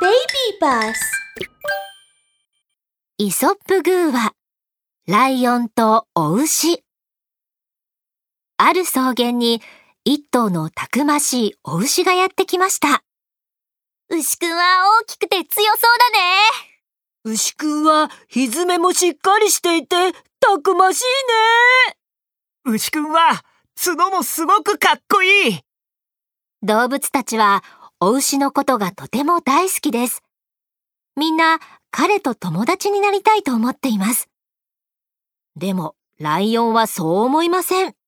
Baby bus。 イソップ寓話、ライオンとお牛。ある草原に一頭のたくましいお牛がやってきました。 牛くんは大きくて強そうだね。 牛くんはひづめもしっかりしていてたくましいね。 牛くんは角もすごくかっこいい。 動物たちはお牛のことがとても大好きです。みんな彼と友達になりたいと思っています。でもライオンはそう思いません。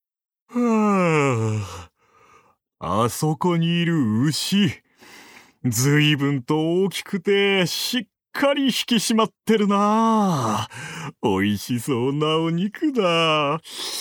あそこにいる牛、ずいぶんと大きくてしっかり引き締まってるな。おいしそうなお肉だ。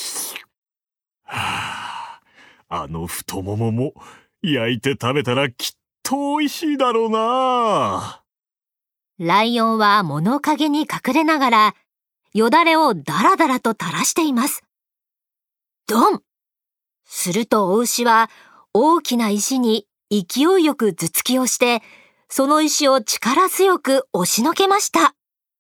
あの太ももも焼いて食べたらきっとおいしいだろうな。 ライオンは物陰に隠れながらよだれをだらだらと垂らしています。ドン！するとお牛は大きな石に勢いよく頭突きをして、その石を力強く押しのけました。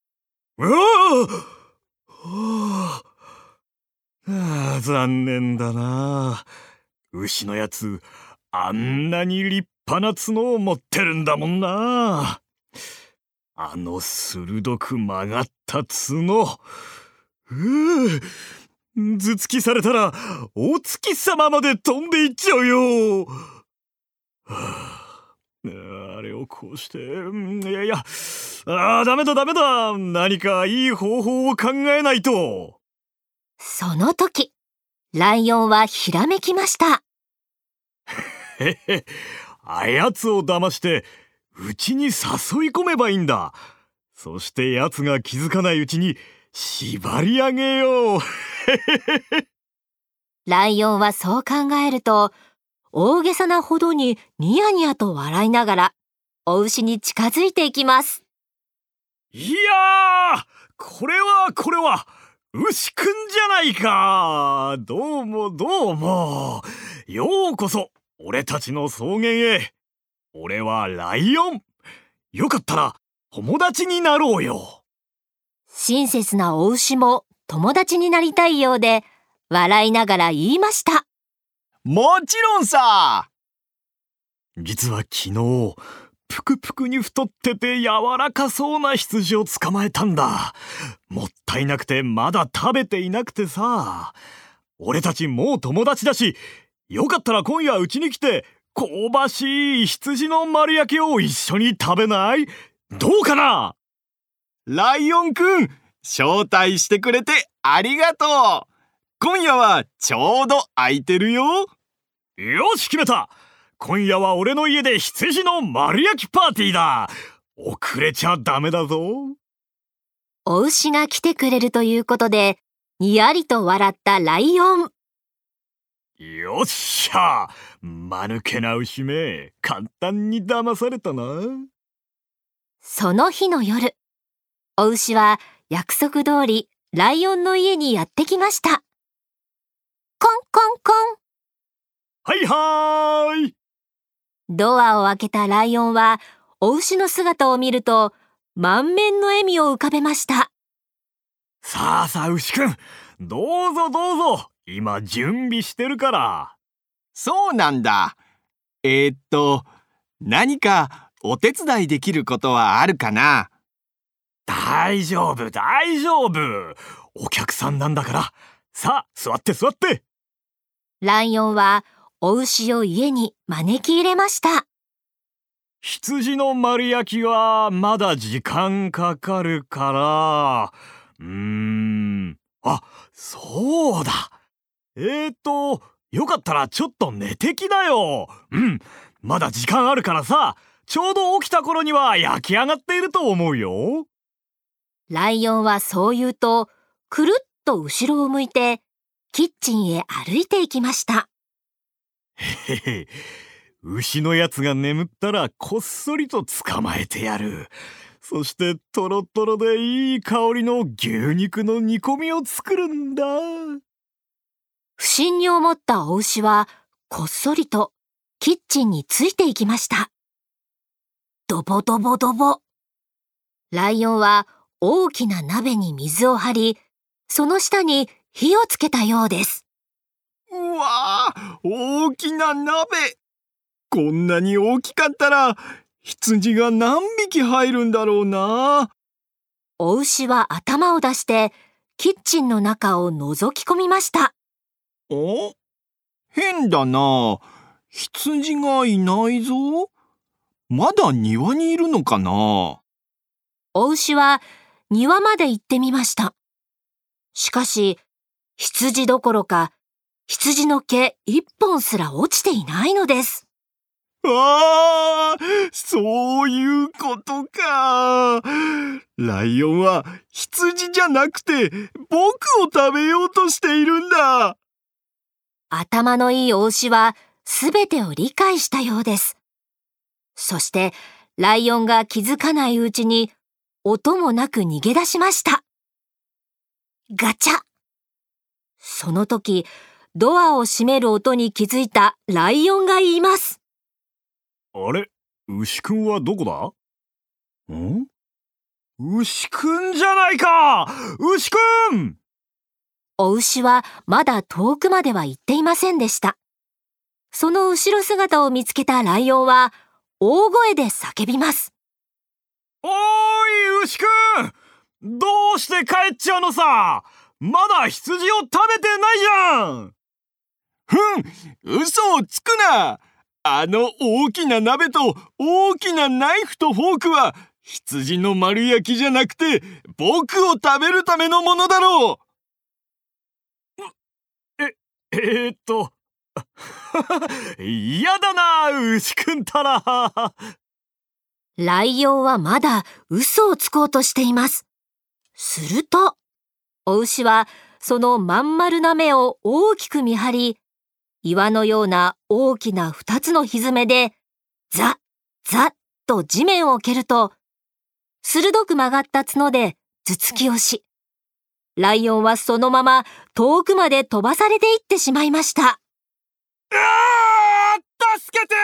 残念だな。牛のやつ、あんなに立派な角を持ってるんだもんな。あの鋭く曲がった角。頭突きされたらお月様まで飛んでいっちゃうよ。あれをこうして、ダメだ。何かいい方法を考えないと。 その時、ライオンはひらめきました。 あやつを騙してうちに誘い込めばいいんだ。そしてやつが気づかないうちに縛り上げよう。 ライオンはそう考えると、大げさなほどにニヤニヤと笑いながらお牛に近づいていきます。 いやー、これは牛くんじゃないか。どうも。ようこそ俺たちの草原へ。俺はライオン。よかったら友達になろうよ。 親切なお牛も友達になりたいようで、笑いながら言いました。 もちろんさ。 実は昨日、ぷくぷくに太ってて柔らかそうな羊を捕まえたんだ。もったいなくてまだ食べていなくてさ。俺たちもう友達だし、よかったら今夜うちに来て香ばしい羊の丸焼きを一緒に食べない？どうかな？ ライオンくん、招待してくれてありがとう。今夜はちょうど空いてるよ。 よし、決めた。今夜は俺の家で羊の丸焼きパーティーだ。遅れちゃダメだぞ。 お牛が来てくれるということで、にやりと笑ったライオン。 よっしゃ、間抜けな牛め、簡単に騙されたな。 その日の夜、お牛は約束通りライオンの家にやってきました。コンコンコン。 はい。 ドアを開けたライオンはお牛の姿を見ると満面の笑みを浮かべました。 さあ牛くん、どうぞ。今準備してるから。 そうなんだ。何かお手伝いできることはあるかな？ 大丈夫。お客さんなんだから。さあ、座って。 ライオンはお牛を家に招き入れました。 羊の丸焼きはまだ時間かかるから、そうだ。よかったらちょっと寝てきなよ。まだ時間あるからさ、ちょうど起きた頃には焼き上がっていると思うよ。 ライオンはそう言うと、くるっと後ろを向いてキッチンへ歩いていきました。 牛のやつが眠ったらこっそりと捕まえてやる。そしてトロトロでいい香りの牛肉の煮込みを作るんだ。 不審に思ったお牛はこっそりとキッチンについていきました。 ドボドボドボ。ライオンは大きな鍋に水を張り、その下に火をつけたようです。 うわあ、大きな鍋。こんなに大きかったら、羊が何匹入るんだろうな。 お牛は頭を出して、キッチンの中を覗き込みました。 お？変だな。羊がいないぞ。まだ庭にいるのかな。 お牛は庭まで行ってみました。しかし、羊どころか、羊の毛一本すら落ちていないのです。 ああ、そういうことか。ライオンは羊じゃなくて僕を食べようとしているんだ。 頭のいいお牛はすべてを理解したようです。そしてライオンが気づかないうちに音もなく逃げ出しました。ガチャ。その時、ドアを閉める音に気づいたライオンが言います。 あれ、牛くんはどこだ？牛くんじゃないか！牛くん！ お牛はまだ遠くまでは行っていませんでした。その後ろ姿を見つけたライオンは大声で叫びます。 おーい、牛くん！どうして帰っちゃうのさ！まだ羊を食べてないじゃん！ 嘘をつくな！あの大きな鍋と大きなナイフとフォークは羊の丸焼きじゃなくて僕を食べるためのものだろう。 嫌だな、牛くんたら。 ライオンはまだ嘘をつこうとしています。すると、お牛はそのまん丸な目を大きく見張り、岩のような大きな2つの蹄で、ザッザッと地面を蹴ると、鋭く曲がった角で頭突きをし、ライオンはそのまま遠くまで飛ばされていってしまいました。 助けて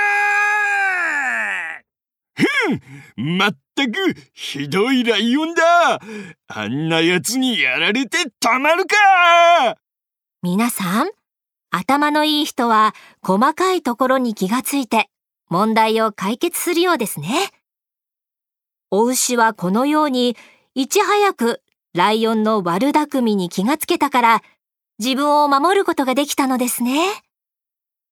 まったくひどいライオンだ。あんなやつにやられてたまるか。 皆さん、頭のいい人は細かいところに気がついて問題を解決するようですね。お牛はこのようにいち早くライオンの悪巧みに気がつけたから自分を守ることができたのですね。